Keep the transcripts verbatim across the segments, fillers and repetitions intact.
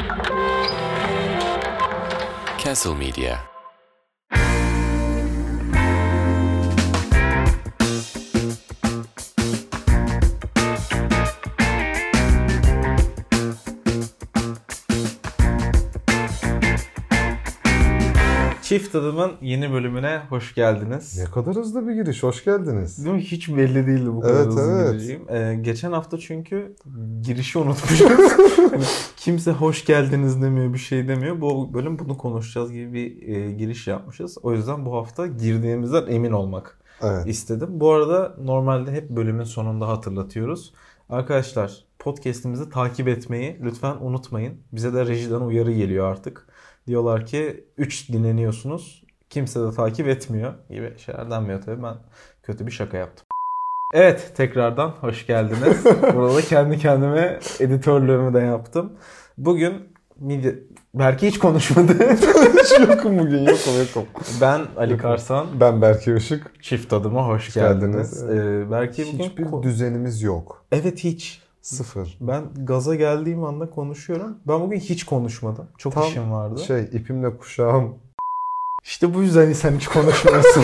Castle Media. Çift Tadım'ın yeni bölümüne hoş geldiniz. Ne kadar hızlı bir giriş, hoş geldiniz. Değil mi? Hiç belli değildi bu kadar evet, hızlı evet. gireceğim. Ee, geçen hafta çünkü girişi unutmuşuz. Hani kimse hoş geldiniz demiyor, bir şey demiyor. Bu bölüm bunu konuşacağız gibi bir e, giriş yapmışız. O yüzden bu hafta girdiğimizden emin olmak evet. istedim. Bu arada normalde hep bölümün sonunda hatırlatıyoruz. Arkadaşlar podcast'imizi takip etmeyi lütfen unutmayın. Bize de rejiden uyarı geliyor artık. Diyorlar ki üç dinleniyorsunuz. Kimse de takip etmiyor gibi şeyler denmiyor tabii. Ben kötü bir şaka yaptım. Evet, tekrardan hoş geldiniz. Burada kendi kendime editörlüğümü de yaptım. Bugün Berke hiç konuşmadı. Hiç yokum bugün, yokum yokum. Ben Ali Karsan. Ben Berke Işık. Çift Tadıma hoş, hoş geldiniz. geldiniz. Ee, Berke Hiçbir bugün... düzenimiz yok. Evet, hiç. Sıfır. Ben gaza geldiğim anda konuşuyorum. Ben bugün hiç konuşmadım. Çok Tam işim vardı. Şey, ipimle kuşağım. İşte bu yüzden sen hiç konuşmuyorsun.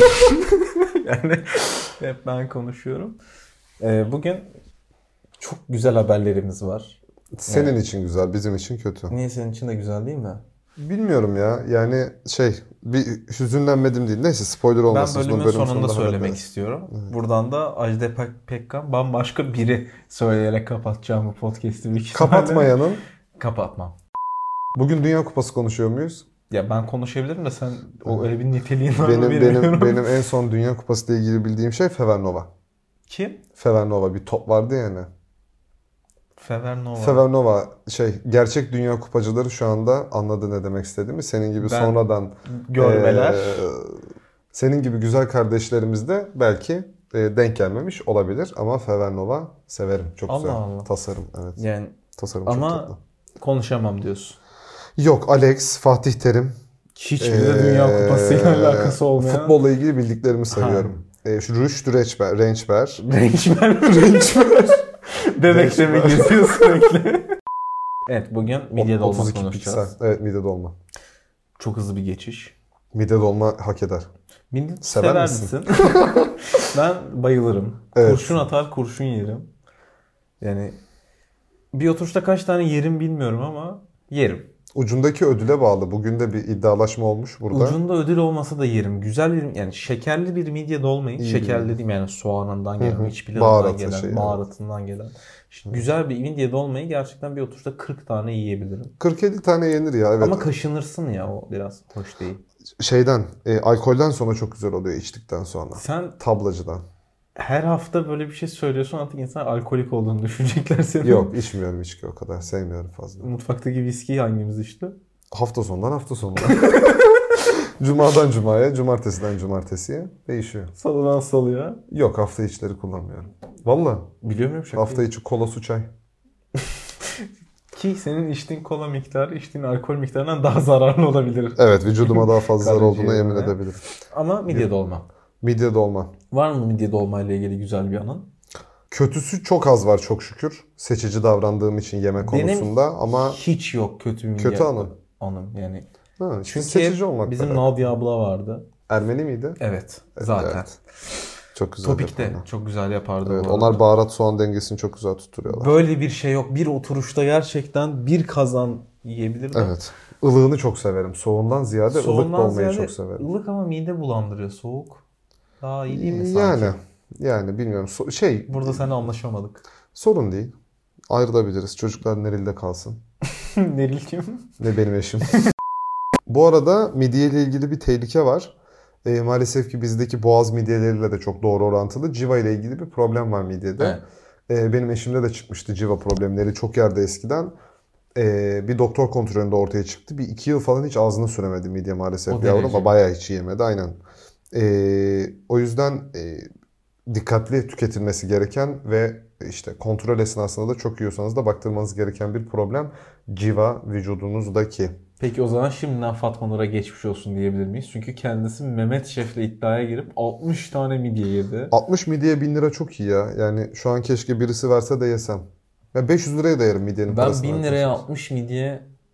Yani hep ben konuşuyorum. Ee, bugün çok güzel haberlerimiz var. Senin evet. için güzel, bizim için kötü. Niye senin için de güzel değil mi? Bilmiyorum ya. Yani şey, bir hüzünlenmedim değil. Neyse, spoiler olmasın. Ben bölümün bölüm sonunda, sonunda söylemek haberler. istiyorum. Evet. Buradan da Ajda Pek- Pekkan bambaşka biri söyleyerek kapatacağım bu podcast'i. Kapatmayanın. Kapatmam. Bugün Dünya Kupası konuşuyor muyuz? Ya ben konuşabilirim de sen o öyle bir niteliğin var benim, mı bilmiyorum. benim, benim en son Dünya Kupası ile ilgili bildiğim şey Fevernova. Kim? Fevernova, bir top vardı yani. Fevernova. Fevernova şey, gerçek dünya kupacıları şu anda anladı ne demek istediğimi. Senin gibi ben sonradan görmeler. E, senin gibi güzel kardeşlerimiz de belki e, denk gelmemiş olabilir ama Fevernova severim. Çok Allah güzel. Allah. Tasarım, evet. Yani tasarım ama çok tatlı. Konuşamam diyorsun. Yok, Alex, Fatih Terim. Hiçbir de ee, Dünya Kupası'yla alakası olmayan. Futbolla ilgili bildiklerimi sayıyorum. E, şu Rüştü Rençber. Rençber. Rençber. Rençber. Bebekte mi geziyor sürekli? Evet, bugün midye dolma konuşacağız. Piksel. Evet, midye dolma. Çok hızlı bir geçiş. Midye dolma hak eder. Midye sever, sever misin? misin? Ben bayılırım. Evet. Kurşun atar, kurşun yerim. Yani bir oturuşta kaç tane yerim bilmiyorum ama yerim. Ucundaki ödüle bağlı. Bugün de bir iddialaşma olmuş burada. Ucunda ödül olmasa da yerim. Güzel bir, yani şekerli bir midye dolmayı. İyi. Şekerli dediğim yani soğanından gelen, iç pilavından gelen, şey baharatından yani. gelen. İşte güzel bir midye dolmayı gerçekten bir oturuşta kırk tane yiyebilirim. kırk yedi tane yenir ya, evet. Ama kaşınırsın ya, o biraz hoş değil. Şeyden, e, alkolden sonra çok güzel oluyor, içtikten sonra. Sen tablacıdan. Her hafta böyle bir şey söylüyorsun, artık insan alkolik olduğunu düşünecekler senin. Yok, içmiyorum içki, o kadar sevmiyorum fazla. Mutfaktaki viskiyi hangimiz içti? Hafta sonundan hafta sonuna. Cumadan cumaya, cumartesiden cumartesiye değişiyor. Salıdan salıya. Yok, hafta içleri kullanmıyorum. Valla. Biliyor muyum şaka? Hafta içi kola, su, çay. Ki senin içtiğin kola miktarı içtiğin alkol miktarından daha zararlı olabilir. Evet, vücuduma daha fazla zarar olduğuna yemin edebilirim. Ama midye dolma. Midye dolma. Var mı midye dolma ile ilgili güzel bir anın? Kötüsü çok az var çok şükür. Seçici davrandığım için yemek Benim konusunda ama hiç yok kötü midye. Kötü anın. Anım yani. Ha, işte çünkü seçici olmak bizim kadar. Nadia abla vardı. Ermeni miydi? Evet, zaten. Evet. Çok güzel. Topik'te yaparlar. çok güzel yapardı. Evet, onlar baharat soğan dengesini çok güzel tutturuyorlar. Böyle bir şey yok. Bir oturuşta gerçekten bir kazan yiyebilir mi? Evet. Ilığını çok severim. Soğuğundan ziyade Soğuğundan ılık dolmayı ziyade çok severim. Ilık ama mide bulandırıyor. Soğuk daha iyi değil mi sanki? Yani yani bilmiyorum. So- şey Burada seninle anlaşamadık. Sorun değil. Ayrılabiliriz. Çocuklar Neril'de kalsın. Neril kim? Ne benim eşim. Bu arada midye ile ilgili bir tehlike var. E, maalesef ki bizdeki boğaz midyeleriyle de çok doğru orantılı. Civa ile ilgili bir problem var midyede. Evet. E, benim eşimde de çıkmıştı civa problemleri çok yerde eskiden. E, bir doktor kontrolünde ortaya çıktı. Bir iki yıl falan hiç ağzına süremedi midye maalesef o yavrum ama bayağı hiç yemedi aynen. E, o yüzden e, dikkatli tüketilmesi gereken ve işte kontrol esnasında da çok yiyorsanız da baktırmanız gereken bir problem civa vücudunuzdaki. Peki o zaman şimdiden Fatma Nur'a geçmiş olsun diyebilir miyiz? Çünkü kendisi Mehmet Şef'le iddiaya girip altmış tane midye yedi. altmış midyeye bin lira çok iyi ya. Yani şu an keşke birisi verse de yesem. Ben beş yüz liraya da yerim midyenin ben parasını. Ben bin liraya altmış midye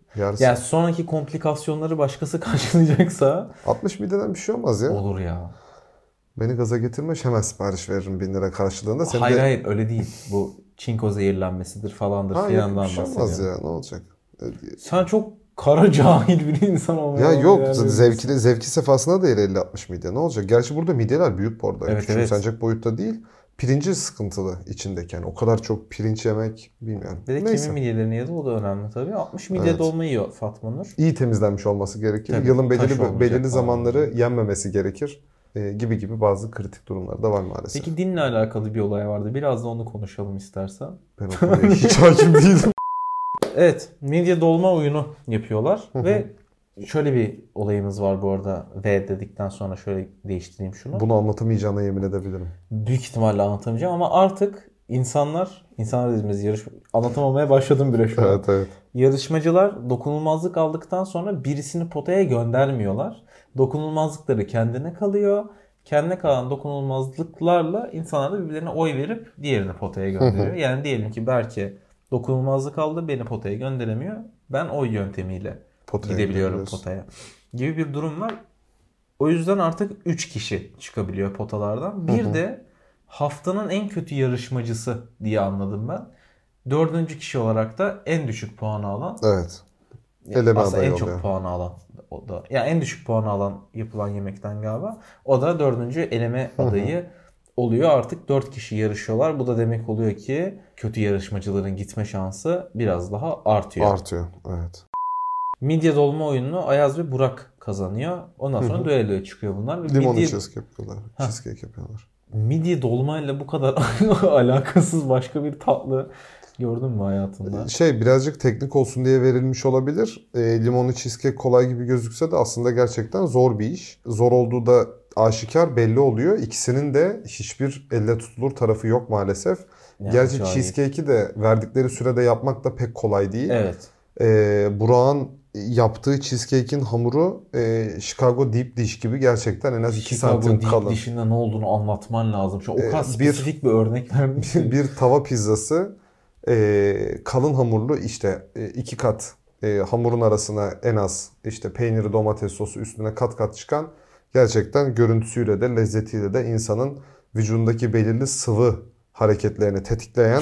Yarısı. Yani sonraki komplikasyonları başkası karşılayacaksa. altmış milyondan bir şey olmaz ya. Olur ya. Beni gaza getirme, hemen sipariş veririm bin lira karşılığında. Seni hayır de... hayır öyle değil. Bu çinko zehirlenmesidir falandır ha, filandan bir şey olmaz ya, ne olacak? Sen çok kara cahil bir insan olmaya. Ya yok, zevki, zevki sefasına değil elli altmış midye, ne olacak? Gerçi burada midyeler büyük bu arada. Evet, küçümsenecek evet. boyutta değil. Pirinci sıkıntılı içindeki. Yani o kadar çok pirinç yemek bilmiyorum. Bir de Neyse. kimin midyelerini yedi o da önemli tabii. altmış midye Evet. dolma yiyor Fatma Nur. İyi temizlenmiş olması gerekir. Tabii, Yılın taş belirli olmayacak belirli falan. zamanları yenmemesi gerekir. Ee, gibi gibi bazı kritik durumlar da var maalesef. Peki dinle alakalı bir olay vardı. Biraz da onu konuşalım istersen. Ben o konuya hiç hakim değilim. Evet, midye dolma oyunu yapıyorlar Hı hı. ve şöyle bir olayımız var bu arada. V dedikten sonra şöyle değiştireyim şunu. Bunu anlatamayacağına yemin edebilirim. Büyük ihtimalle anlatamayacağım ama artık insanlar, insanlar dediğimiz yarış anlatamamaya başladım bile şu an. Evet evet. Yarışmacılar dokunulmazlık aldıktan sonra birisini potaya göndermiyorlar. Dokunulmazlıkları kendine kalıyor. Kendine kalan dokunulmazlıklarla insanlar da birbirlerine oy verip diğerini potaya gönderiyor. Yani diyelim ki Berke dokunulmazlık aldı, beni potaya gönderemiyor. Ben oy yöntemiyle Potaya gidebiliyorum gidiyoruz. potaya gibi bir durum var. O yüzden artık üç kişi çıkabiliyor potalardan. Bir Hı hı. de haftanın en kötü yarışmacısı diye anladım ben. Dördüncü kişi olarak da en düşük puanı alan. Evet. Eleme Aslında adayı en çok oluyor. puanı alan. O da, yani en düşük puanı alan yapılan yemekten galiba. O da dördüncü eleme Hı hı. adayı oluyor. Artık dört kişi yarışıyorlar. Bu da demek oluyor ki kötü yarışmacıların gitme şansı biraz daha artıyor. Artıyor. Evet. Midye dolma oyununu Ayaz ve Burak kazanıyor. Ondan sonra düelloya çıkıyor bunlar. Limonlu Midye, cheesecake yapıyorlar. Ha. Cheesecake yapıyorlar. midye dolmayla bu kadar alakasız başka bir tatlı gördün mü hayatında? Şey, birazcık teknik olsun diye verilmiş olabilir. E, limonlu cheesecake kolay gibi gözükse de aslında gerçekten zor bir iş. Zor olduğu da aşikar, belli oluyor. İkisinin de hiçbir elle tutulur tarafı yok maalesef. Yani Gerçi şahit. cheesecake'i de verdikleri sürede yapmak da pek kolay değil. Evet. E, Burak'ın yaptığı cheesecake'in hamuru e, Chicago Deep Dish gibi gerçekten en az iki santim Chicago kalın. Deep Dish'inde ne olduğunu anlatman lazım. Şu o kadar Ee, bir- spesifik bir örnek vermişsin. Bir tava pizzası e, kalın hamurlu, işte e, iki kat e, hamurun arasına en az işte peyniri, domates sosu üstüne kat kat çıkan, gerçekten görüntüsüyle de lezzetiyle de insanın vücudundaki belirli sıvı hareketlerini tetikleyen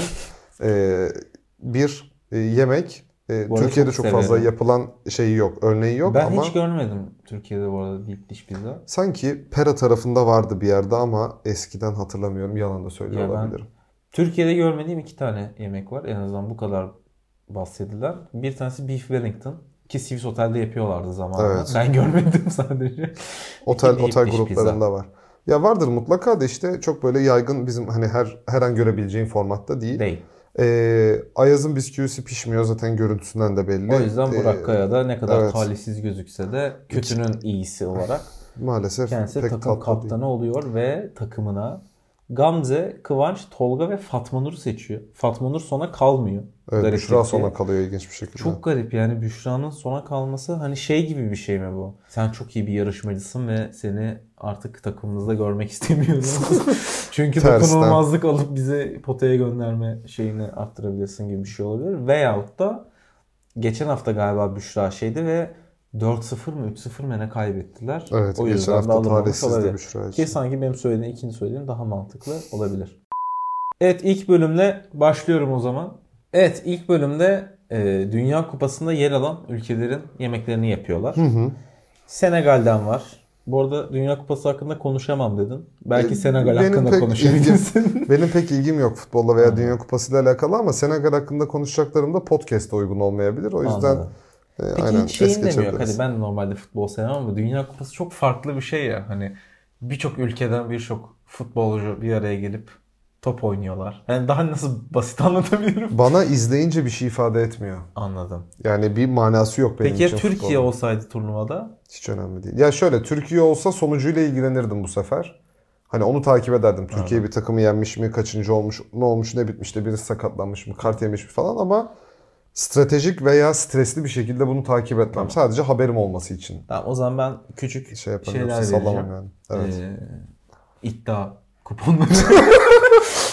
e, bir e, yemek. E, Bu arada Türkiye'de çok çok fazla severim. yapılan şeyi yok, örneği yok Ben ama hiç görmedim Türkiye'de bu arada deep dish pizza. sanki Pera tarafında vardı bir yerde ama eskiden hatırlamıyorum, yalan da söylüyor Ya ben- olabilirim. Türkiye'de görmediğim iki tane yemek var. En azından bu kadar bahsedilen. Bir tanesi Beef Wellington. Ki Swiss Otel'de yapıyorlardı zamanında. Evet. Ben görmedim sadece. Otel İki deep otel dish gruplarında var. Ya vardır mutlaka da işte çok böyle yaygın, bizim hani her her an görebileceğin formatta değil. Değil. Ee, Ayaz'ın bisküvisi pişmiyor zaten, görüntüsünden de belli. O yüzden Burak Ee, Kaya da ne kadar evet. talihsiz gözükse de kötünün iyisi olarak Maalesef kendisi pek takım tatlı kaptanı değil. oluyor ve takımına Gamze, Kıvanç, Tolga ve Fatma Nur'u seçiyor. Fatma Nur sona kalmıyor. Evet, Garip Büşra bir şey. sona kalıyor ilginç bir şekilde. Çok garip yani, Büşra'nın sona kalması hani şey gibi bir şey mi bu? Sen çok iyi bir yarışmacısın ve seni artık takımımızda görmek istemiyoruz. Çünkü Tersten. dokunulmazlık alıp bizi potaya gönderme şeyini arttırabilirsin gibi bir şey olabilir. Veyahut da geçen hafta galiba Büşra şeydi ve dört sıfır mı üç sıfır mı ne kaybettiler. Evet, O geçen yüzden de hafta alınmamış talihsizdi olabilir. Büşra Ki için. sanki benim söylediğim, ikinci söylediğim daha mantıklı olabilir. Evet, ilk bölümle başlıyorum o zaman. Evet, ilk bölümde e, Dünya Kupası'nda yer alan ülkelerin yemeklerini yapıyorlar. Hı hı. Senegal'den var. Bu arada Dünya Kupası hakkında konuşamam dedin. Belki E, Senegal benim hakkında pek konuşabilirsin. Benim pek ilgim yok futbolla veya Anladım. Dünya Kupası ile alakalı ama Senegal hakkında konuşacaklarım da podcast'e uygun olmayabilir. O yüzden Anladım. e, Peki aynen hiç şeyin es de mi yok? geçebiliriz. Hadi ben normalde futbol sevmem ama Dünya Kupası çok farklı bir şey ya. Hani birçok ülkeden birçok futbolcu bir araya gelip top oynuyorlar. Yani daha nasıl basit anlatabilirim? Bana izleyince bir şey ifade etmiyor. Anladım. Yani bir manası yok benim Peki ya için Türkiye futbolun. olsaydı turnuvada? Hiç önemli değil. Ya şöyle, Türkiye olsa sonucuyla ilgilenirdim bu sefer. Hani onu takip ederdim. Türkiye bir takımı yenmiş mi, kaçıncı olmuş, ne olmuş, ne bitmiş de birisi sakatlanmış mı, kart yemiş mi falan, ama stratejik veya stresli bir şekilde bunu takip etmem. Tamam. Sadece haberim olması için. Tamam, o zaman ben küçük Şey yaparım, şeyler yoksa vereceğim. sallamam yani. Evet. Ee, iddia kuponları.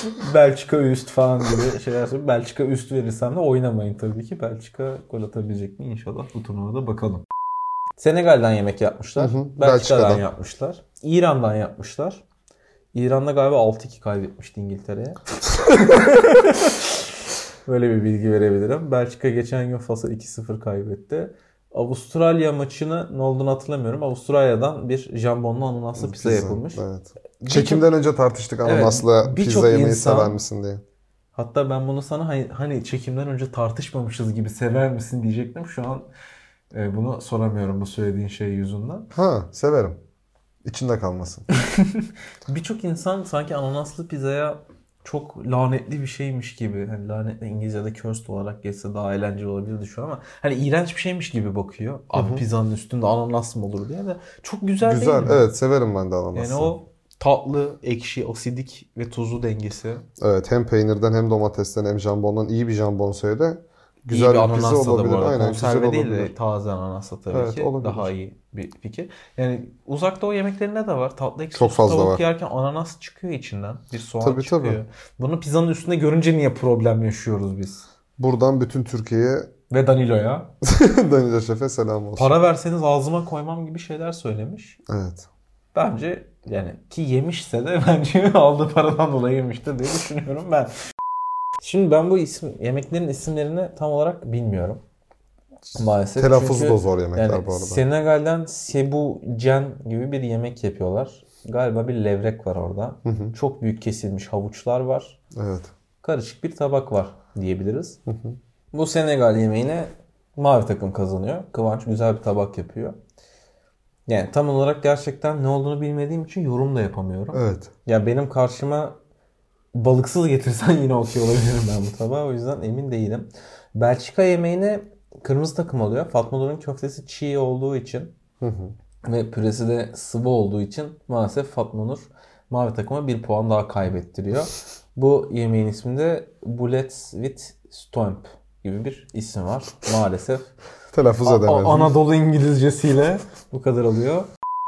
Belçika üst falan gibi şeyler söylüyor. Belçika üst verirsem de oynamayın tabii ki. Belçika gol atabilecek mi? İnşallah bu turnuvada bakalım. Senegal'den yemek yapmışlar. Hı hı, Belçika'dan, Belçika'dan yapmışlar. İran'dan yapmışlar. İran'da galiba altı iki kaybetmişti İngiltere'ye. Böyle bir bilgi verebilirim. Belçika geçen gün Fas'a iki sıfır kaybetti. Avustralya maçını ne olduğunu hatırlamıyorum. Avustralya'dan bir jambonlu ananaslı pizza, pizza yapılmış. Evet. Çekimden çok, önce tartıştık ananaslı evet, pizza yemeği insan, sever misin diye. Hatta ben bunu sana hani, hani çekimden önce tartışmamışız gibi sever misin diyecektim. Şu an e, bunu soramıyorum bu söylediğin şey yüzünden. Ha, severim. İçinde kalmasın. Birçok insan sanki ananaslı pizzaya çok lanetli bir şeymiş gibi. Hani lanetli İngilizce'de cursed olarak geçse daha eğlenceli olabilir düşün ama hani iğrenç bir şeymiş gibi bakıyor. Abi Hı-hı. pizzanın üstünde ananas mı olur diye de çok güzel, güzel değil mi? Güzel, evet severim ben de ananası. Yani o tatlı, ekşi, asidik ve tuzlu dengesi. Evet, hem peynirden hem domatesten hem jambondan iyi bir jambon söyle. Güzel iyi bir, bir pizza olabilir. Aynen, konserve değil de taze ananasla tabii evet, ki olabilir. Daha iyi bir fikir. Yani uzak doğu yemeklerinde de var. Tatlı ekşi tavuk var. Yerken ananas çıkıyor içinden. Bir soğan tabii, çıkıyor. Tabii. Bunu pizzanın üstünde görünce niye problem yaşıyoruz biz? Buradan bütün Türkiye'ye ve Danilo'ya. Danilo Şef'e selam olsun. Para verseniz ağzıma koymam gibi şeyler söylemiş. Evet. Bence yani ki yemişse de bence aldığı paradan dolayı yemiştir diye düşünüyorum ben. Şimdi ben bu isim yemeklerin isimlerini tam olarak bilmiyorum. Maalesef. Telaffuzu da zor yemekler yani bu arada. Senegal'den sebu cen gibi bir yemek yapıyorlar. Galiba bir levrek var orada. Hı hı. Çok büyük kesilmiş havuçlar var. Evet. Karışık bir tabak var diyebiliriz. Hı hı. Bu Senegal yemeğine mavi takım kazanıyor. Kıvanç güzel bir tabak yapıyor. Yani tam olarak gerçekten ne olduğunu bilmediğim için yorum da yapamıyorum. Evet. Ya benim karşıma balıksız getirsen yine okey olabilirim ben bu tabağa. O yüzden emin değilim. Belçika yemeğine kırmızı takım alıyor. Fatma Nur'un köftesi çiğ olduğu için hı hı. ve püresi de sıvı olduğu için maalesef Fatma Nur mavi takıma bir puan daha kaybettiriyor. Bu yemeğin isminde Boulet with Stomp gibi bir isim var. Maalesef. Telaffuz edemedim. Anadolu İngilizcesiyle bu kadar alıyor.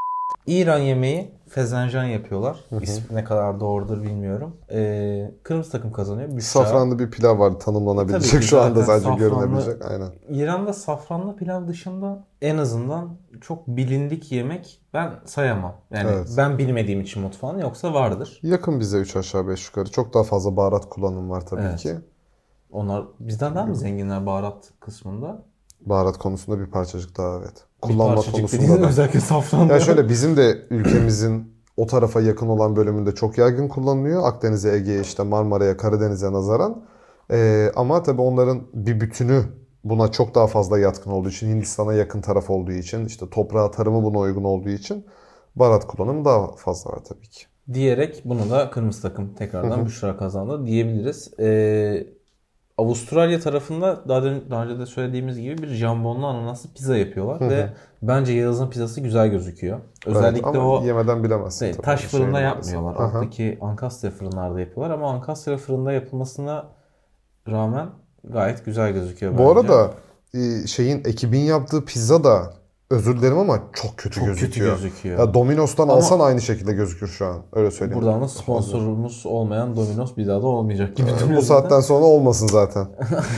İran yemeği fezenjan yapıyorlar. Hı hı. İsmi ne kadar doğrudur bilmiyorum. Ee, kırmızı takım kazanıyor. Büşra. Safranlı bir pilav var tanımlanabilecek şu anda sadece safranlı, görünebilecek. Aynen. İran'da safranlı pilav dışında en azından çok bilindik yemek ben sayamam. Yani evet. Ben bilmediğim için mutfağın yoksa vardır. Yakın bize üç aşağı beş yukarı. Çok daha fazla baharat kullanım var tabii evet. ki. Onlar bizden daha mı zenginler baharat kısmında? Baharat konusunda bir parçacık daha evet. Kullanma konusunda da. Özellikle safranlı. Ya şöyle bizim de ülkemizin o tarafa yakın olan bölümünde çok yaygın kullanılıyor. Akdeniz'e, Ege'ye, işte Marmara'ya, Karadeniz'e nazaran. Ee, ama tabii onların bir bütünü buna çok daha fazla yatkın olduğu için, Hindistan'a yakın taraf olduğu için, işte toprağı, tarımı buna uygun olduğu için baharat kullanımı daha fazla var tabii ki. Diyerek bunu da kırmızı takım tekrardan Büşra kazandı diyebiliriz. Ee, Avustralya tarafında daha, de, daha önce de söylediğimiz gibi bir jambonlu ananaslı pizza yapıyorlar hı hı. ve bence Yağız'ın pizzası güzel gözüküyor. Özellikle evet, o yemeden bilemezsin. Tabii, taş fırında şey yapmıyorlar. Aha. Alttaki Ankastre fırınlarda yapıyorlar ama Ankastre fırında yapılmasına rağmen gayet güzel gözüküyor Bu bence. Bu arada şeyin ekibin yaptığı pizza da özür dilerim ama çok kötü çok gözüküyor. Kötü gözüküyor. Ya Domino's'tan ama alsan aynı şekilde gözükür şu an. Öyle söyleyeyim. Buradan da sponsorumuz olmayan Domino's bir daha da olmayacak gibi duruyor. Bu saatten sonra olmasın zaten.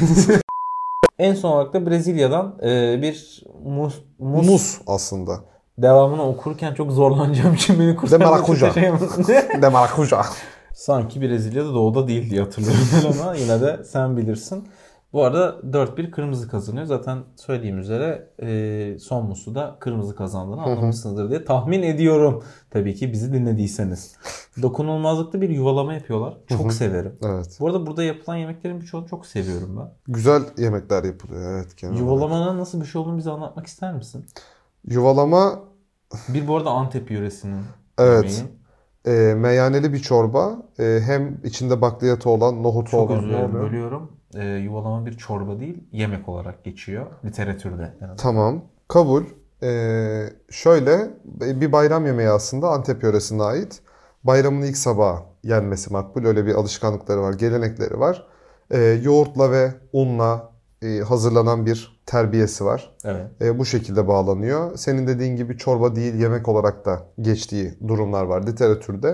En son olarak da Brezilya'dan bir mus, mus, mus aslında. Devamını okurken çok zorlanacağım için beni kurtarmak De maracuja. De maracuja. Sanki Brezilya'da doğuda değil diye hatırlıyorum ben ama yine de sen bilirsin. Bu arada dört bir kırmızı kazanıyor. Zaten söylediğim üzere e, son muslu da kırmızı kazandığını anlamışsınızdır diye tahmin ediyorum. Tabii ki bizi dinlediyseniz. Dokunulmazlıkta bir yuvalama yapıyorlar. Çok Hı-hı. severim. Evet. Bu arada burada yapılan yemeklerin birçoğunu çok seviyorum ben. Güzel yemekler yapılıyor. Evet. Yuvalamanın olarak. Nasıl bir şey olduğunu bize anlatmak ister misin? Yuvalama... Bir bu arada Antep yöresinin evet. E, meyaneli bir çorba. E, hem içinde bakliyatı olan, nohutu çok olan. Çok özür dilerim bölüyorum. E, yuvalama bir çorba değil, yemek olarak geçiyor literatürde. Yani. Tamam, kabul. E, şöyle bir bayram yemeği aslında Antep yöresine ait. Bayramın ilk sabahı yenmesi makbul. Öyle bir alışkanlıkları var, gelenekleri var. E, yoğurtla ve unla e, hazırlanan bir terbiyesi var. Evet. E, bu şekilde bağlanıyor. Senin dediğin gibi çorba değil, yemek olarak da geçtiği durumlar var literatürde.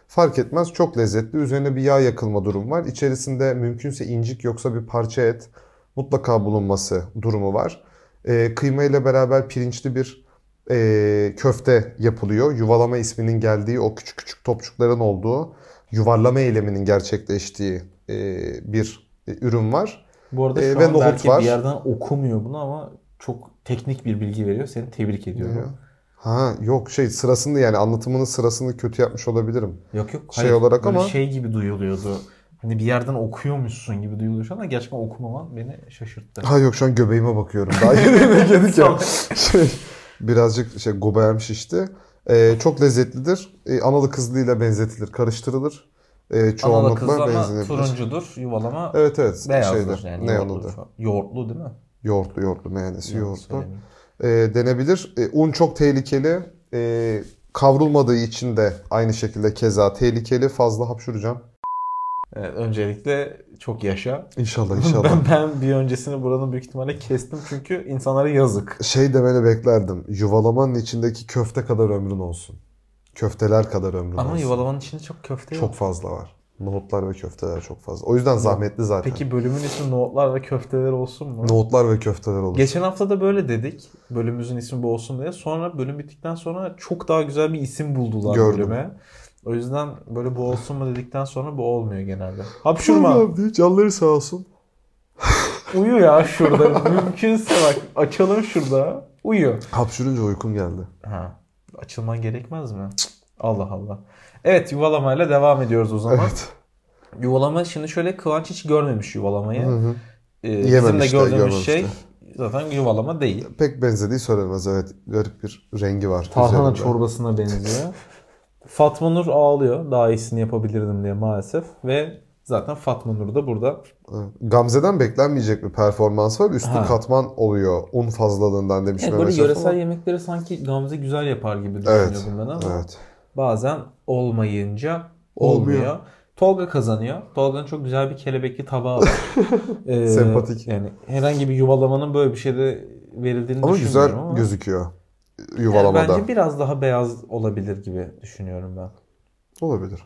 Fark etmez, çok lezzetli. Üzerine bir yağ yakılma durumu var. İçerisinde mümkünse incik yoksa bir parça et mutlaka bulunması durumu var. E, kıyma ile beraber pirinçli bir e, köfte yapılıyor. Yuvalama isminin geldiği, o küçük küçük topçukların olduğu, yuvarlama eyleminin gerçekleştiği e, bir e, ürün var. Bu arada şu e, an ve nohut belki var. bir yerden okumuyor bunu ama çok teknik bir bilgi veriyor. Seni tebrik ediyorum. Ha yok, şey sırasını, yani anlatımının sırasını kötü yapmış olabilirim. Yok yok. Şey hayır, olarak böyle ama şey gibi duyuluyordu. Hani bir yerden okuyormuşsun gibi duyuluyor şu an ama gerçekten okumaman beni şaşırttı. ha yok, şu an göbeğime bakıyorum. Daha yeni yemek yedik ya. Şey, birazcık şey gobeğim şişti. Ee, çok lezzetlidir. Ee, analı kızlıyla benzetilir, karıştırılır. Ee, Analı çoğunlukla kız ama benzenebilir. turuncudur. Yuvalama Evet evet. beyazdır. Şeyde, Yani ne yoğurtlu, yanıldı? yoğurtlu değil mi? Yoğurtlu yoğurtlu mayonezi Yanlış yoğurtlu. söylemeyeyim. Ee, denebilir. Ee, un çok tehlikeli. Ee, kavrulmadığı için de aynı şekilde keza tehlikeli. Fazla hapşuracağım. Evet, öncelikle çok yaşa. İnşallah inşallah. ben, ben bir öncesini buranın büyük ihtimalle kestim çünkü insanlara yazık. Şey demeni beklerdim. Yuvalamanın içindeki köfte kadar ömrün olsun. Köfteler kadar ömrün Ama olsun. yuvalamanın içinde çok köfte yok. Çok fazla var. Nohutlar ve köfteler çok fazla. O yüzden zahmetli zaten. Peki bölümün ismi nohutlar ve köfteler olsun mu? Nohutlar ve köfteler olur. Geçen hafta da böyle dedik. Bölümümüzün ismi bu olsun diye. Sonra bölüm bittikten sonra çok daha güzel bir isim buldular Gördüm. bölüme. O yüzden böyle bu olsun mu dedikten sonra bu olmuyor genelde. Hapşurma. Allah'ım, canları sağ olsun. Uyu ya şurada. Mümkünse bak açalım şurada. Uyu. Hapşurunca uykum geldi. Ha, açılman gerekmez mi? Cık, Allah Allah. Evet, yuvalamayla devam ediyoruz o zaman. Evet. Yuvalama, şimdi şöyle, Kıvanç hiç görmemiş yuvalamayı. Hı hı. Ee, bizim de Yememiş de, gördüğümüz görmemiş şey de. zaten yuvalama değil. Pek benzediği söylenmez, evet. Garip bir rengi var. Tarhana üzerinde. çorbasına benziyor. Fatma Nur ağlıyor. Daha iyisini yapabilirdim diye maalesef. Ve zaten Fatma Nur da burada. Evet. Gamze'den beklenmeyecek bir performans var. Üstü Ha. katman oluyor. Un fazlalığından demiş Evet, Mehmet böyle Şef yöresel ama- yemekleri sanki Gamze güzel yapar gibi Evet. düşünüyordum ben ama Evet. bazen olmayınca olmuyor. Olmuyor. Tolga kazanıyor. Tolga'nın çok güzel bir kelebekli tabağı var. Ee, Sempatik. Yani herhangi bir yuvalamanın böyle bir şeyde verildiğini Ama güzel düşünmüyorum ama. gözüküyor Yani yuvalamada. bence biraz daha beyaz olabilir gibi düşünüyorum ben. Olabilir.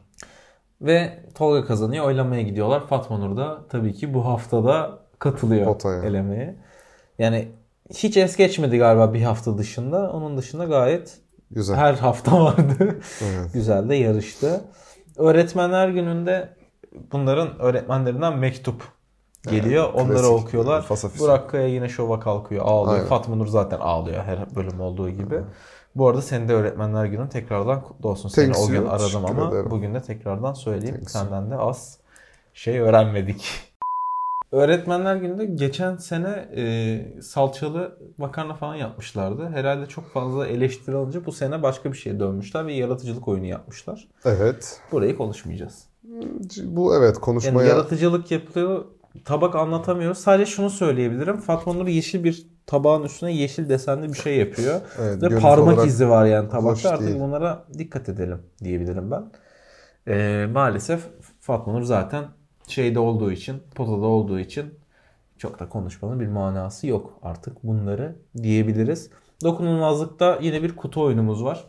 Ve Tolga kazanıyor. Oylamaya gidiyorlar. Fatma Nur da tabii ki bu haftada katılıyor Potaya. elemeye. Yani hiç es geçmedi galiba bir hafta dışında. Onun dışında gayet Güzel. her hafta vardı. Evet. Güzel de yarıştı. Öğretmenler gününde bunların öğretmenlerinden mektup geliyor. Evet, Onları klasik. okuyorlar. Fasafisi. Burak Kaya yine şova kalkıyor, ağlıyor. Aynen. Fatma Nur zaten ağlıyor her bölüm olduğu gibi. Bu arada senin de öğretmenler günün tekrardan kutlu olsun. Seni Thanks o gün you. aradım Teşekkür ama ederim. bugün de tekrardan söyleyeyim. Thanks Senden de az şey öğrenmedik. Öğretmenler gününde geçen sene e, salçalı makarna falan yapmışlardı. Herhalde çok fazla eleştiri alınca bu sene başka bir şeye dönmüşler ve yaratıcılık oyunu yapmışlar. Evet. Burayı konuşmayacağız. Bu evet Yani konuşmaya... yaratıcılık yapılıyor. Tabak anlatamıyoruz. Sadece şunu söyleyebilirim. Fatma Nur yeşil bir tabağın üstüne yeşil desenli bir şey yapıyor. Evet, Ve görüntü parmak olarak izi var yani hoş tabakta. Artık değil. bunlara dikkat edelim diyebilirim ben. Ee, maalesef Fatma Nur zaten şeyde olduğu için, potada olduğu için çok da konuşmanın bir manası yok artık, bunları diyebiliriz. Dokunulmazlıkta yine bir kutu oyunumuz var.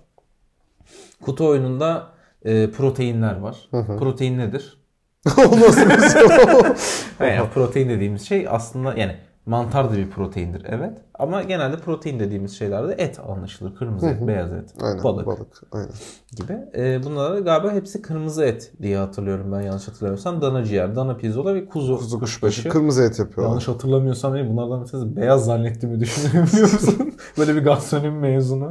Kutu oyununda e, proteinler var. Hı hı. Protein nedir? O nasıl bir soru? Yani protein dediğimiz şey aslında yani mantar da bir proteindir, evet. Ama genelde protein dediğimiz şeylerde et anlaşılır. Kırmızı et, beyaz et, Aynen, balık, balık. Aynen. gibi. Ee, bunlar da galiba hepsi kırmızı et diye hatırlıyorum ben, yanlış hatırlamıyorsam. Dana ciğer, dana pirzola ve kuzu, Kuzu kuşbaşı. kuşbaşı. Kırmızı et yapıyorlar. Yanlış hatırlamıyorsam değil, bunlardan bir tanesi beyaz zannettiğimi düşünüyorum, biliyor musun? Böyle bir gastronomi mezunu.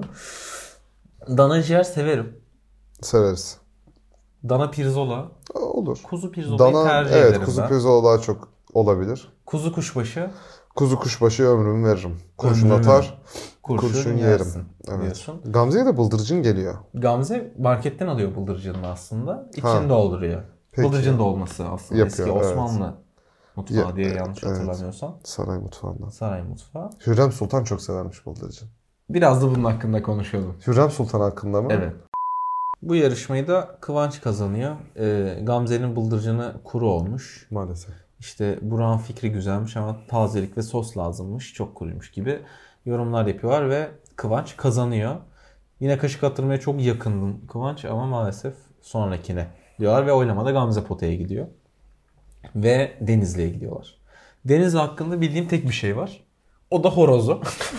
Dana ciğer severim. Severiz. Dana pirzola, Olur. kuzu pirzolayı Dana, tercih evet, ederim kuzu ben. pirzola daha çok olabilir. Kuzu kuşbaşı, Kuzu kuşbaşı ömrümü veririm. Kurşun Ömrümü. atar, kurşun, kurşun yersin yerim. Evet. diyorsun. Gamze'ye de bıldırcın geliyor. Gamze marketten alıyor bıldırcını aslında. İçini Ha. dolduruyor. Peki. Bıldırcın dolması aslında. Yapıyor, Eski evet. Osmanlı mutfağı Ya- diye yanlış evet. hatırlamıyorsam. Saray mutfağından. Saray mutfağı. Hürrem Sultan çok severmiş bıldırcın. Biraz da bunun hakkında konuşalım. Hürrem Sultan hakkında mı? Evet. Bu yarışmayı da Kıvanç kazanıyor. Ee, Gamze'nin bıldırcını kuru olmuş. Maalesef. İşte Burak'ın fikri güzelmiş ama tazelik ve sos lazımmış. Çok kuruymuş gibi yorumlar yapıyorlar ve Kıvanç kazanıyor. Yine kaşık attırmaya çok yakındın Kıvanç ama maalesef sonrakine diyorlar ve oylamada Gamze potaya gidiyor. Ve Denizli'ye gidiyorlar. Denizli hakkında bildiğim tek bir şey var. O da horozu.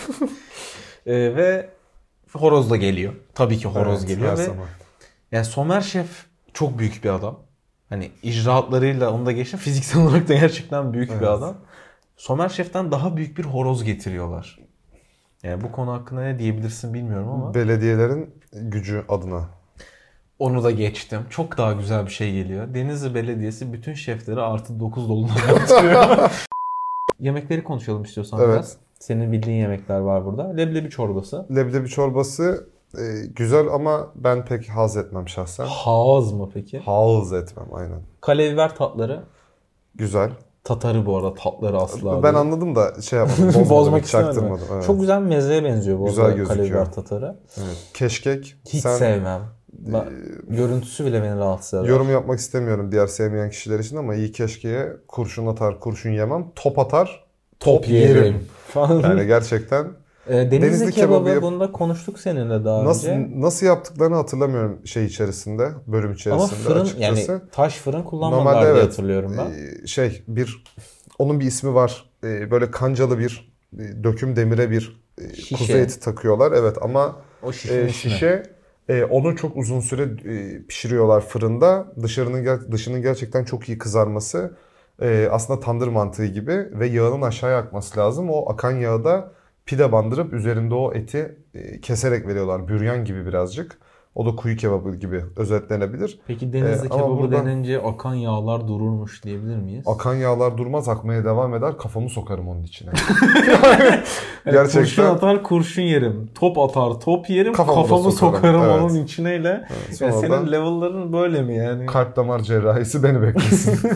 e, ve horoz da geliyor. Tabii ki horoz evet, geliyor ve zaman. Yani Somer Şef çok büyük bir adam. Hani icraatlarıyla onu da geçtim. Fiziksel olarak da gerçekten büyük evet. bir adam. Somer Şef'ten daha büyük bir horoz getiriyorlar. Yani bu konu hakkında ne diyebilirsin bilmiyorum ama. Belediyelerin gücü adına. Onu da geçtim. Çok daha güzel bir şey geliyor. Denizli Belediyesi bütün şefleri artı dokuz dolunay yaptırıyor. Yemekleri konuşalım istiyorsan evet. biraz. Senin bildiğin yemekler var burada. Leblebi çorbası. Leblebi çorbası e, güzel ama ben pek haz etmem şahsen. Haz mı peki? Haz etmem aynen. Kale biber tatları. Güzel. Tatarı bu arada tatları asla. Ben değil. Anladım da şey yapmadım. Bozmak çaktırmadım. Evet. Çok güzel bir mezeye benziyor bu güzel arada kale biber tatarı. Evet. Keşkek. Hiç sen... sevmem. Ben, ee, görüntüsü bile beni rahatsız eder. Yorum yapmak istemiyorum diğer sevmeyen kişiler için ama iyi keşkeye kurşun atar, kurşun yemem. Top atar, top, top yerim. yerim. Yani gerçekten. E, Denizli, Denizli kebabı yap- bunda konuştuk seninle daha nasıl, önce. Nasıl yaptıklarını hatırlamıyorum şey içerisinde, bölüm içerisinde. Ama fırın açıkçası. yani taş fırın kullanmadılar diye evet, hatırlıyorum ben. Şey bir onun bir ismi var. Böyle kancalı bir döküm demire bir şişe. Kuzu eti takıyorlar. Evet ama o şişe, şişe e, onu çok uzun süre e, pişiriyorlar fırında. Dışarının dışının gerçekten çok iyi kızarması. E, aslında tandır mantığı gibi ve yağının aşağıya akması lazım. O akan yağı da pide bandırıp üzerinde o eti e, keserek veriyorlar. Büryan gibi birazcık. O da kuyu kebabı gibi özetlenebilir. Peki Denizli ee, kebabı burada, denince akan yağlar dururmuş diyebilir miyiz? Akan yağlar durmaz, akmaya devam eder. Kafamı sokarım onun içine. yani gerçekten. Kurşun atar, kurşun yerim. Top atar, top yerim. Kafamı, kafamı sokarım, sokarım evet. onun içineyle. Evet, yani senin level'ların böyle mi yani? Kalp damar cerrahisi beni beklesin.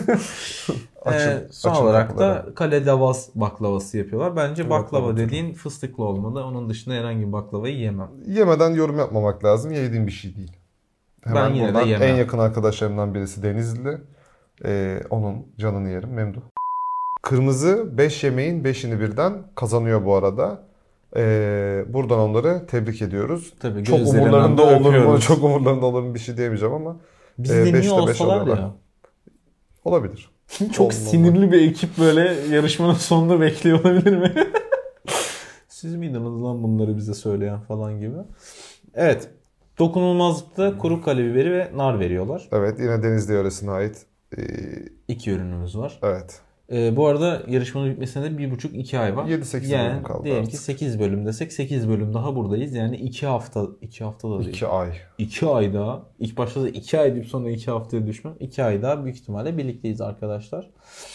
Açın, ee, son açın olarak kapıları. Da kale lavas baklavası yapıyorlar. Bence evet, baklava dediğin tabii. Fıstıklı olmalı. Onun dışında herhangi bir baklavayı yemem. Yemeden yorum yapmamak lazım. Yediğim bir şey değil. Hemen ben yine de yemem. En yakın arkadaşlarımdan birisi Denizli. Ee, onun canını yerim. Memduh. Kırmızı beş yemeğin beşini birden kazanıyor bu arada. Ee, buradan onları tebrik ediyoruz. Tabii, çok umurlarında olur mu? Çok umurlarında olur mu bir şey diyemeyeceğim ama. Biz e, de niye olsalar ya. Olabilir. Çok olmalı. Sinirli bir ekip böyle yarışmanın sonunda bekliyor olabilir mi? Siz miydiniz lan bunları bize söyleyen falan gibi. Evet. Dokunulmazlıkta kuru kale biberi ve nar veriyorlar. Evet. Yine Denizli yöresine ait. Ee... İki ürünümüz var. Evet. Ee, bu arada yarışmanın bitmesine de bir buçuk iki ay var. yedi sekiz yani, bölüm kaldı. Diyelim ki sekiz bölüm desek sekiz bölüm daha buradayız. Yani iki hafta iki hafta da değil. iki ay. iki ay daha. İlk başta da iki ay deyip sonra iki haftaya düşmem. iki ay daha büyük ihtimalle birlikteyiz arkadaşlar.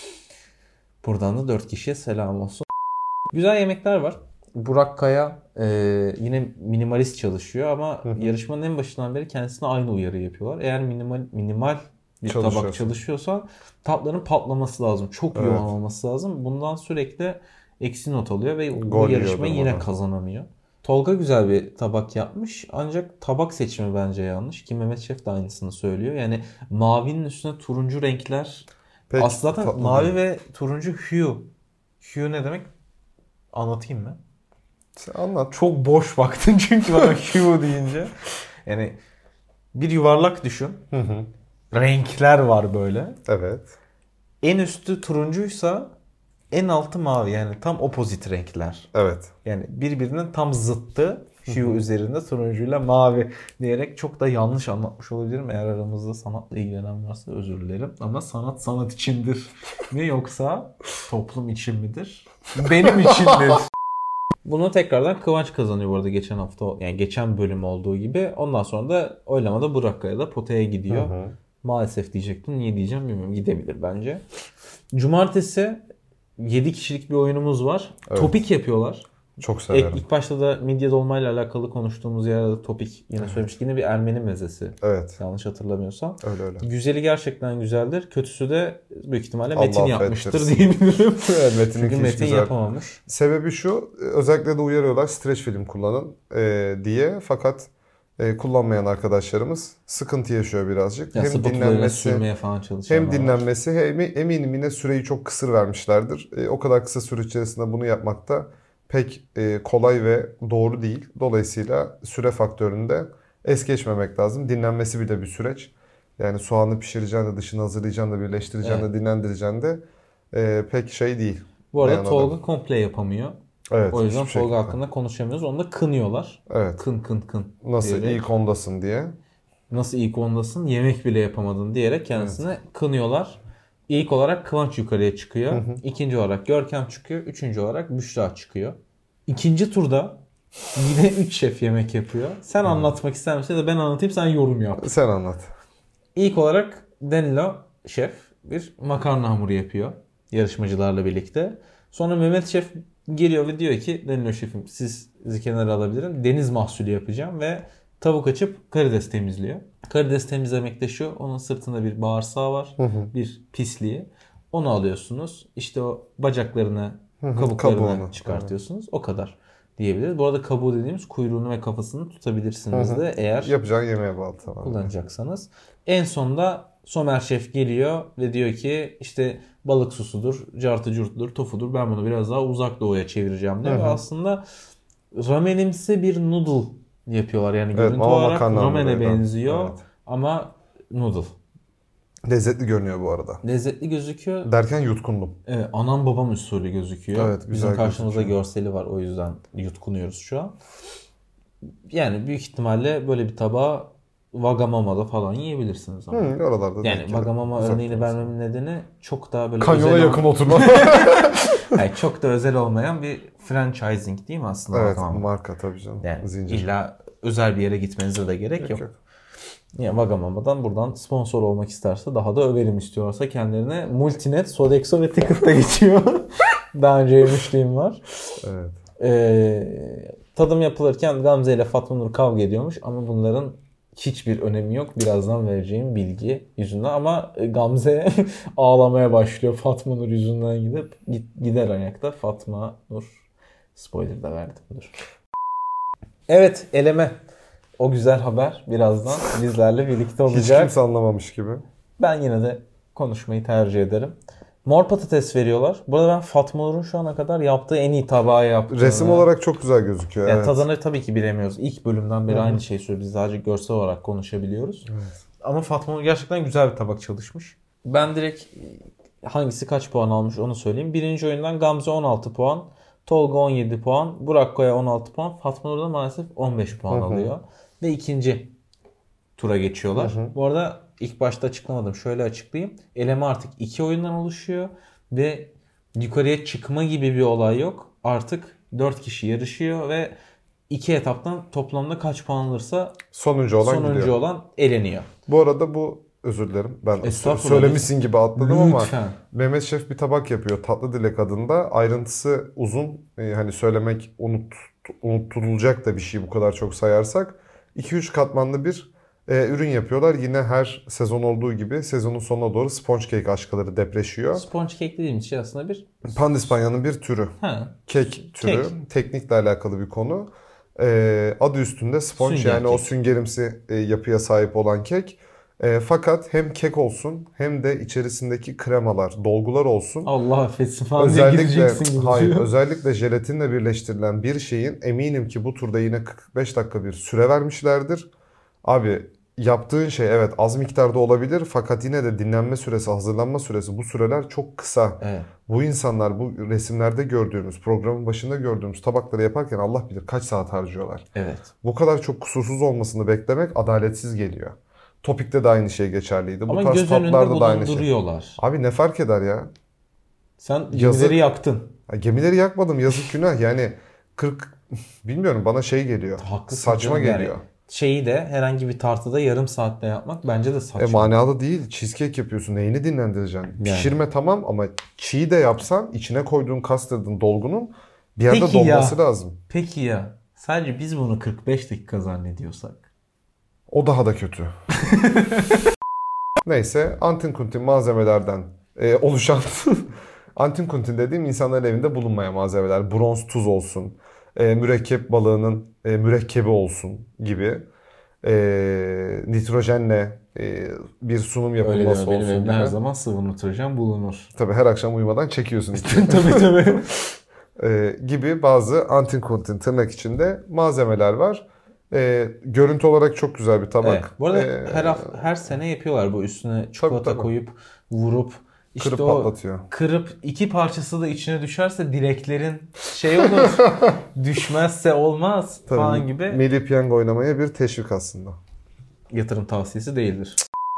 Buradan da dört kişiye selam olsun. Güzel yemekler var. Burak Kaya e, yine minimalist çalışıyor ama hı hı. yarışmanın en başından beri kendisine aynı uyarı yapıyorlar. Eğer minimal minimal bir tabak çalışıyorsan tatların patlaması lazım. Çok evet. yoğun olması lazım. Bundan sürekli eksi not alıyor ve Gol bu yarışmayı yine ona. kazanamıyor. Tolga güzel bir tabak yapmış. Ancak tabak seçimi bence yanlış. Ki Mehmet Şef de aynısını söylüyor. Yani mavinin üstüne turuncu renkler. Peki, aslında zaten mavi değil. Ve turuncu hue. Hue ne demek? Anlatayım mı? Sen anlat. Çok boş baktın çünkü bana hue deyince. Yani bir yuvarlak düşün. Hı hı. Renkler var böyle. Evet. En üstü turuncuysa en altı mavi. Yani tam opposite renkler. Evet. Yani birbirinin tam zıttı. Hue üzerinde turuncuyla mavi diyerek çok da yanlış anlatmış olabilirim. Eğer aramızda sanatla ilgilenen varsa özür dilerim. Ama sanat sanat içindir mi yoksa toplum için midir? Benim içindir. Bunu tekrardan Kıvanç kazanıyor bu arada geçen hafta. Yani geçen bölüm olduğu gibi. Ondan sonra da oylamada Burak Kaya da potaya gidiyor. Hı hı. Maalesef diyecektim. Niye diyeceğim bilmiyorum. Gidebilir bence. Cumartesi yedi kişilik bir oyunumuz var. Evet. Topik yapıyorlar. Çok severim. İlk başta da midye dolmayla alakalı konuştuğumuz yerde topik yine söylemiştik. Yine bir Ermeni mezesi. Evet. Yanlış hatırlamıyorsam. Öyle öyle. Güzeli gerçekten güzeldir. Kötüsü de büyük ihtimalle Allah Metin yapmıştır diyebilirim. Evet, Metin Çünkü Metin güzel. yapamamış. Sebebi şu. Özellikle de uyarıyorlar. Streç film kullanın e, diye. Fakat e, kullanmayan arkadaşlarımız sıkıntı yaşıyor birazcık. Ya hem dinlenmesi falan hem dinlenmesi hem eminim yine süreyi çok kısır vermişlerdir. E, o kadar kısa süre içerisinde bunu yapmak da pek e, kolay ve doğru değil. Dolayısıyla süre faktöründe es geçmemek lazım. Dinlenmesi bile bir süreç. Yani soğanı pişireceksin de dışını hazırlayacaksın da birleştireceksin Evet. de dinlendireceksin de e, pek şey değil. Bu arada Dayanamadım. Tolga komple yapamıyor. Evet, O yüzden hiçbir Tolga şekilde. hakkında konuşamıyoruz. Onu da kınıyorlar. Evet. Kın kın kın. Nasıl diyerek, ilk ondasın diye. nasıl ilk ondasın, yemek bile yapamadın diyerek kendisini evet. kınıyorlar. İlk olarak Kıvanç yukarıya çıkıyor. Hı hı. İkinci olarak Görkem çıkıyor. Üçüncü olarak Büşra çıkıyor. İkinci turda yine üç şef yemek yapıyor. Sen hmm. anlatmak ister misin ya da ben anlatayım, sen yorum yap. Sen anlat. İlk olarak Danilo şef bir makarna hamuru yapıyor yarışmacılarla birlikte. Sonra Mehmet şef geliyor ve diyor ki Danilo şefim siz kenara alabilirim. Deniz mahsulü yapacağım ve tavuk açıp karides temizliyor. Karides temizlemekte şu, onun sırtında bir bağırsağı var, hı hı. bir pisliği. Onu alıyorsunuz. İşte o bacaklarını, hı hı. kabuklarını Kabuğunu. çıkartıyorsunuz. Evet. O kadar diyebiliriz. Bu arada kabuğu dediğimiz kuyruğunu ve kafasını tutabilirsiniz hı hı. de eğer yapacağın yemeğe bağlı tamam. kullanacaksanız. En sonda Somer şef geliyor ve diyor ki işte balık susudur, cartı curttur, tofudur. Ben bunu biraz daha uzak doğuya çevireceğim diyor. Hı hı. Ve aslında ramenimsi bir noodle yapıyorlar. Yani evet, görüntü olarak ramene benziyor evet. ama noodle. Lezzetli görünüyor bu arada. Lezzetli gözüküyor. Derken yutkundum. Evet, anam babam usulü gözüküyor. Evet, güzel Bizim karşımızda gözüküyor. Görseli var, o yüzden yutkunuyoruz şu an. Yani büyük ihtimalle böyle bir tabağı Wagamama'da falan yiyebilirsiniz ama. Hı, oralarda yani Wagamama örneğini vermemin nedeni çok daha böyle Kanyona yakın oturma. Yani çok da özel olmayan bir franchising değil mi aslında? Evet, Wagamama? marka tabii canım. Yani zincir. İlla özel bir yere gitmenize de gerek yok. yok. yok. Yani Wagamama'dan buradan sponsor olmak isterse, daha da överim istiyorsa kendilerine Multinet, Sodexo ve Ticket'ta geçiyor. Daha önce yemişliğim var. Evet. Ee, tadım yapılırken Gamze ile Fatma Nur kavga ediyormuş ama bunların hiçbir önemi yok. Birazdan vereceğim bilgi yüzünden ama Gamze ağlamaya başlıyor Fatma Nur yüzünden gidip gider ayakta. Fatma Nur spoiler da verdim. Dur. Evet, eleme. O güzel haber birazdan bizlerle birlikte olacak. Hiç kimse anlamamış gibi. Ben yine de konuşmayı tercih ederim. Mor patates veriyorlar. Bu arada ben Fatma Nur'un şu ana kadar yaptığı en iyi tabağı yaptığını... Resim olarak çok güzel gözüküyor. Yani evet. Tadını tabii ki bilemiyoruz. İlk bölümden beri Hı-hı. aynı şeyi söylüyoruz. Biz sadece görsel olarak konuşabiliyoruz. Evet. Ama Fatma Nur gerçekten güzel bir tabak çalışmış. Ben direkt hangisi kaç puan almış onu söyleyeyim. Birinci oyundan Gamze on altı puan. Tolga on yedi puan. Burak Koya on altı puan. Fatma Nur da maalesef on beş puan Hı-hı. alıyor. Ve ikinci tura geçiyorlar. Hı-hı. Bu arada ilk başta açıklamadım. Şöyle açıklayayım. Eleme artık iki oyundan oluşuyor. Ve yukarıya çıkma gibi bir olay yok. Artık dört kişi yarışıyor ve iki etaptan toplamda kaç puan alırsa sonuncu olan sonuncu gidiyor. olan eleniyor. Bu arada bu özür dilerim. Ben söylemişsin gibi atladım Lütfen. ama Mehmet Şef bir tabak yapıyor. Tatlı Dilek adında. Ayrıntısı uzun. Ee, hani söylemek unut, unutulacak da bir şey bu kadar çok sayarsak. iki üç katmanlı bir e, ürün yapıyorlar. Yine her sezon olduğu gibi sezonun sonuna doğru sponge cake aşkları depreşiyor. Sponge cake dediğimiz şey aslında bir... Pandispanya'nın bir türü. Ha. Kek türü. Kek. Teknikle alakalı bir konu. Ee, adı üstünde sponge Sünger yani kek. O süngerimsi e, yapıya sahip olan kek. E, fakat hem kek olsun hem de içerisindeki kremalar, dolgular olsun. Allah affetsin falan diye gireceksin gibi. Hayır, özellikle jelatinle birleştirilen bir şeyin eminim ki bu turda yine kırk beş dakika bir süre vermişlerdir. Abi yaptığın şey evet az miktarda olabilir fakat yine de dinlenme süresi, hazırlanma süresi bu süreler çok kısa. Evet. Bu insanlar bu resimlerde gördüğümüz, programın başında gördüğümüz tabakları yaparken Allah bilir kaç saat harcıyorlar. Evet. Bu kadar çok kusursuz olmasını beklemek adaletsiz geliyor. Topik'te de aynı şey geçerliydi. Ama bu tarz göz önünde tatlarda da aynı şey. Abi ne fark eder ya? Sen gemileri Yazık, yaktın. Gemileri yakmadım, yazık günah. Yani kırk bilmiyorum bana şey geliyor. Haklısın saçma geliyor. Yani şeyi de herhangi bir tartıda yarım saatte yapmak bence de saçma. E manalı değil. Cheesecake yapıyorsun. Neyini dinlendireceksin? Yani. Pişirme tamam ama çiğ de yapsan içine koyduğun kastırdığın dolgunun bir yerde peki dolması ya, lazım. Peki ya sadece biz bunu kırk beş dakika zannediyorsak? O daha da kötü. Neyse antin kuntin malzemelerden e, oluşan antin kuntin dediğim insanların evinde bulunmayan malzemeler. Bronz tuz olsun. E, mürekkep balığının e, mürekkebi olsun gibi. E, nitrojenle e, bir sunum yapılması olsun. Benim evimde gibi. Her zaman sıvı nitrojen bulunur. Tabii her akşam uyumadan çekiyorsun. tabii tabii. e, gibi bazı antin kuntin tırnak içinde malzemeler var. E, görüntü olarak çok güzel bir tabak. Evet. Bu arada E, her hafta, her sene yapıyorlar bu, üstüne çikolata tabii, tabii. koyup vurup işte kırıp o patlatıyor. kırıp iki parçası da içine düşerse dileklerin şey olur. Düşmezse olmaz Tabii, falan gibi. Milli Piyango oynamaya bir teşvik aslında. Yatırım tavsiyesi değildir.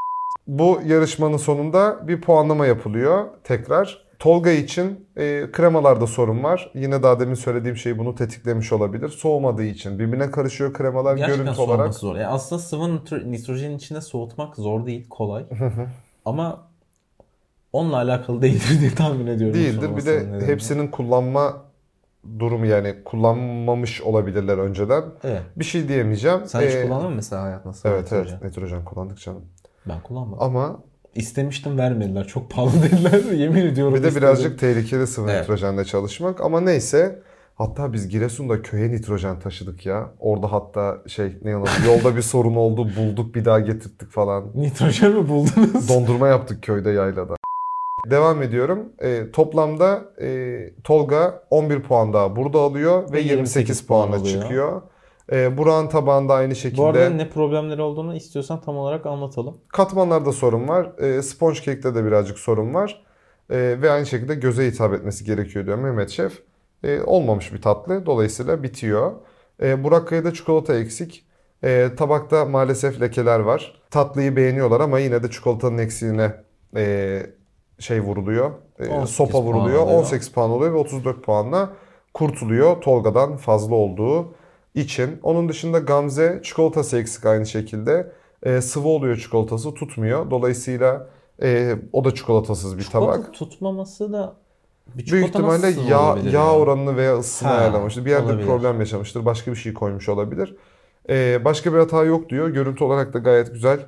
Bu yarışmanın sonunda bir puanlama yapılıyor tekrar. Tolga için e, kremalarda sorun var. Yine daha demin söylediğim şey bunu tetiklemiş olabilir. Soğumadığı için birbirine karışıyor kremalar. Gerçekten görüntü soğuması olarak. zor. Yani aslında sıvı nitro- nitrojenin içinde soğutmak zor değil, kolay. Ama onunla alakalı değildir diye tahmin ediyorum. Değildir. Bir de nedeni. hepsinin kullanma durumu, yani kullanmamış olabilirler önceden. Evet. Bir şey diyemeyeceğim. Sen hiç Ee, kullandın mı mesela hayatında sıvı Evet nitrojen? evet nitrojen kullandık canım. Ben kullanmadım. Ama İstemiştim, vermediler. Çok pahalı dediler. Yemin ediyorum. bir de istedim. birazcık tehlikeli sıvı Evet. nitrojenle çalışmak. Ama neyse. Hatta biz Giresun'da köye nitrojen taşıdık ya. Orada hatta şey ne yanılır, yolda bir sorun oldu, bulduk, bir daha getirttik falan. Nitrojen mi buldunuz? Dondurma yaptık köyde, yaylada. Devam ediyorum. E, toplamda e, Tolga on bir puan daha burada alıyor ve yirmi sekiz puanla puan çıkıyor. E, Burak'ın tabağında aynı şekilde. Bu arada ne problemleri olduğunu istiyorsan tam olarak anlatalım. Katmanlarda sorun var. E, sponge cake'te de birazcık sorun var. E, ve aynı şekilde göze hitap etmesi gerekiyor diyor Mehmet Şef. E, olmamış bir tatlı. Dolayısıyla bitiyor. E, Burak Kaya'da çikolata eksik. E, tabakta maalesef lekeler var. Tatlıyı beğeniyorlar ama yine de çikolatanın eksiğine e, şey vuruluyor. E, sopa vuruluyor. on sekiz puan oluyor ve otuz dört puanla kurtuluyor Tolga'dan fazla olduğu için. Onun dışında Gamze çikolatası eksik aynı şekilde. E, sıvı oluyor, çikolatası tutmuyor. Dolayısıyla e, o da çikolatasız bir Çikolata tabak. tutmaması da bir Büyük ihtimalle yağ, yağ ya? oranını veya ısısını Ha, ayarlamıştır. Bir yerde olabilir. problem yaşamıştır. Başka bir şey koymuş olabilir. Ee, başka bir hata yok diyor. Görüntü olarak da gayet güzel.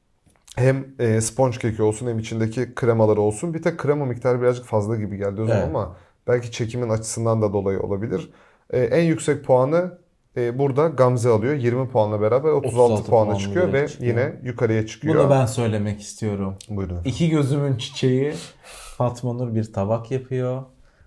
Hem e, sponge keki olsun hem içindeki kremaları olsun. Bir tek krema miktarı birazcık fazla gibi geldi o zaman, Evet. ama belki çekimin açısından da dolayı olabilir. Ee, en yüksek puanı e, burada Gamze alıyor. yirmi puanla beraber otuz altı, otuz altı puanla puanla çıkıyor ve direkt çıkıyor. yine yukarıya çıkıyor. Bunu ben söylemek istiyorum. Buyurun. İki gözümün çiçeği Fatma Nur bir tabak yapıyor.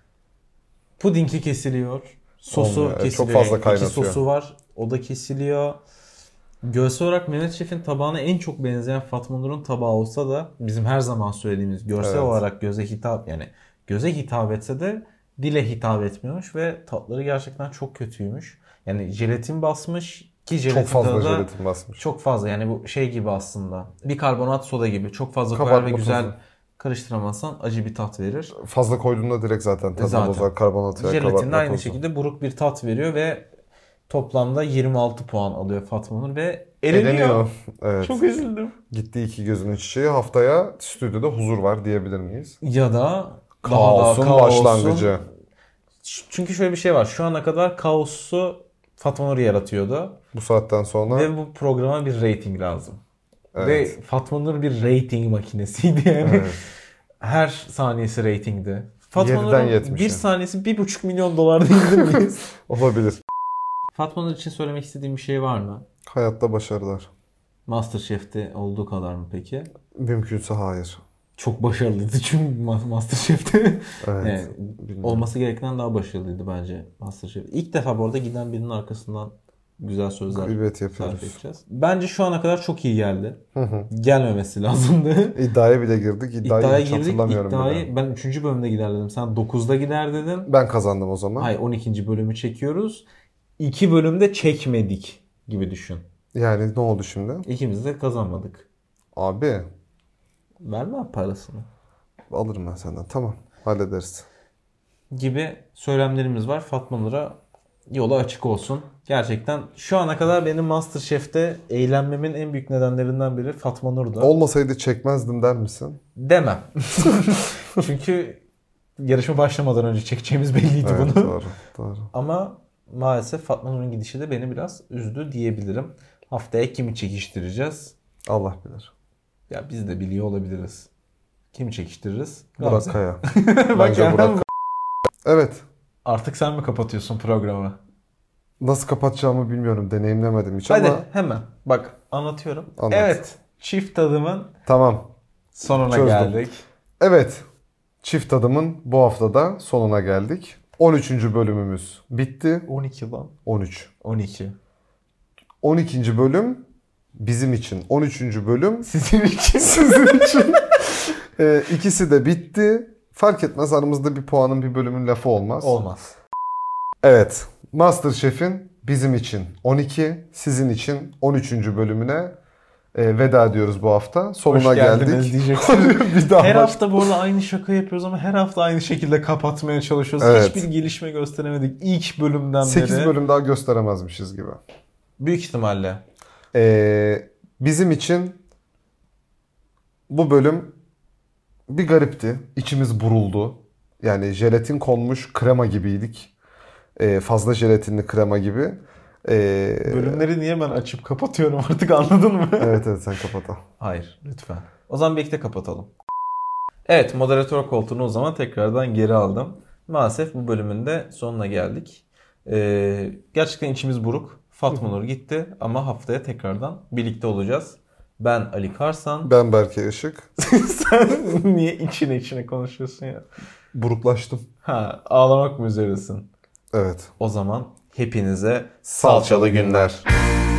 Pudingi kesiliyor. Sosu Olmuyor. Evet, kesiliyor. çok fazla İki kaynatıyor. sosu var. O da kesiliyor. Görsel olarak Mehmet Şef'in tabağına en çok benzeyen Fatma Nur'un tabağı olsa da bizim her zaman söylediğimiz görsel Evet. olarak göze hitap, yani göze hitap etse de dile hitap etmiyormuş ve tatları gerçekten çok kötüymüş. Yani jelatin basmış ki jelatin Çok fazla tadı da jelatin basmış. çok fazla, yani bu şey gibi aslında. Bikarbonat soda gibi. Çok fazla koyar Kabartma ve güzel tozu. karıştıramazsan acı bir tat verir. Fazla koyduğunda direkt zaten tadı Zaten. bozar. Karbonat veya Jelatin de kabartma aynı tozu. şekilde buruk bir tat veriyor ve toplamda yirmi altı puan alıyor Fatma Nur ve eleniyor. Eleniyor. Evet. Çok üzüldüm. Gitti iki gözünün çiçeği. Haftaya stüdyoda huzur var diyebilir miyiz? Ya da Kaosun daha da kaosun. başlangıcı. Çünkü şöyle bir şey var. Şu ana kadar kaosu Fatma Nur yaratıyordu. Bu saatten sonra Ve bu programa bir rating lazım. Evet. Ve Fatma Nur bir rating makinesiydi yani. Evet. Her saniyesi ratingdi. Fatma yediden Nur'un yetmişe. bir saniyesi bir buçuk milyon dolar diyebilir miyiz? olabilir. Fatma Nur için söylemek istediğim bir şey var mı? Hayatta başarılar. MasterChef'te olduğu kadar mı peki? Mümkünse hayır. Çok başarılıydı çünkü Ma- MasterChef'te. Evet. Yani bilmiyorum. olması gerekenden daha başarılıydı bence MasterChef. İlk defa bu arada giden birinin arkasından güzel sözler Gıybet sarf yapıyoruz. edeceğiz. Bence şu ana kadar çok iyi geldi. Hı hı. Gelmemesi lazımdı. İddiaya bile girdik. İddiayı İddiaya hiç girdik. hatırlamıyorum bile. İddiayı ben üçüncü bölümde gider dedim. Sen dokuzda gider dedin. Ben kazandım o zaman. Hayır, on ikinci bölümü çekiyoruz. iki bölümde çekmedik gibi düşün. Yani ne oldu şimdi? İkimiz de kazanmadık. Abi Verme parasını. alırım ben senden. Tamam. Hallederiz. Gibi söylemlerimiz var. Fatma Nur'a yolu açık olsun. Gerçekten şu ana kadar benim MasterChef'te eğlenmemin en büyük nedenlerinden biri Fatma Nur'du. Olmasaydı çekmezdim der misin? Demem. Çünkü yarışma başlamadan önce çekeceğimiz belliydi Evet, bunu. doğru, doğru. Ama maalesef Fatma Nur'un gidişi de beni biraz üzdü diyebilirim. Haftaya kimi çekiştireceğiz? Allah bilir. Ya biz de biliyor olabiliriz. Kimi çekiştiririz? Burak Gamze. Kaya. Bak Bence yani Burak Kaya. Evet. Artık sen mi kapatıyorsun programı? Nasıl kapatacağımı bilmiyorum. Deneyimlemedim hiç Hadi ama hemen. Bak anlatıyorum. Anlat. Evet. Çift tadımın tamam. sonuna Çözdüm. geldik. Evet. Çift Tadım'ın bu haftada sonuna geldik. on üçüncü bölümümüz bitti. on iki lan. on üç. on iki. on ikinci bölüm bizim için. on üçüncü bölüm Sizin için. sizin için. e, ikisi de bitti. Fark etmez, aramızda bir puanın bir bölümün lafı olmaz. Olmaz. Evet. MasterChef'in bizim için on iki, sizin için on üçüncü bölümüne e, veda ediyoruz bu hafta. Sonuna Hoş geldiniz geldik. diyeceksiniz. bir daha Her baş- hafta bu arada aynı şaka yapıyoruz ama her hafta aynı şekilde kapatmaya çalışıyoruz. Evet. Hiçbir gelişme gösteremedik ilk bölümden sekiz beri. bölüm daha gösteremezmişiz gibi. Büyük ihtimalle. Ee, bizim için bu bölüm bir garipti. İçimiz buruldu. Yani jelatin konmuş krema gibiydik. Ee, fazla jelatinli krema gibi. Ee, Bölümleri niye ben açıp kapatıyorum artık, anladın mı? Evet evet, sen kapat al. Hayır, lütfen. O zaman birlikte kapatalım. Evet, moderatör koltuğunu o zaman tekrardan geri aldım. Maalesef bu bölümün de sonuna geldik. Ee, gerçekten içimiz buruk. Fatma Nur gitti ama haftaya tekrardan birlikte olacağız. Ben Ali Karsan. Ben Berke Işık. Sen niye içine içine konuşuyorsun ya? Buruklaştım. Ha, ağlamak mı üzeresin? Evet. O zaman hepinize Salçalı günler.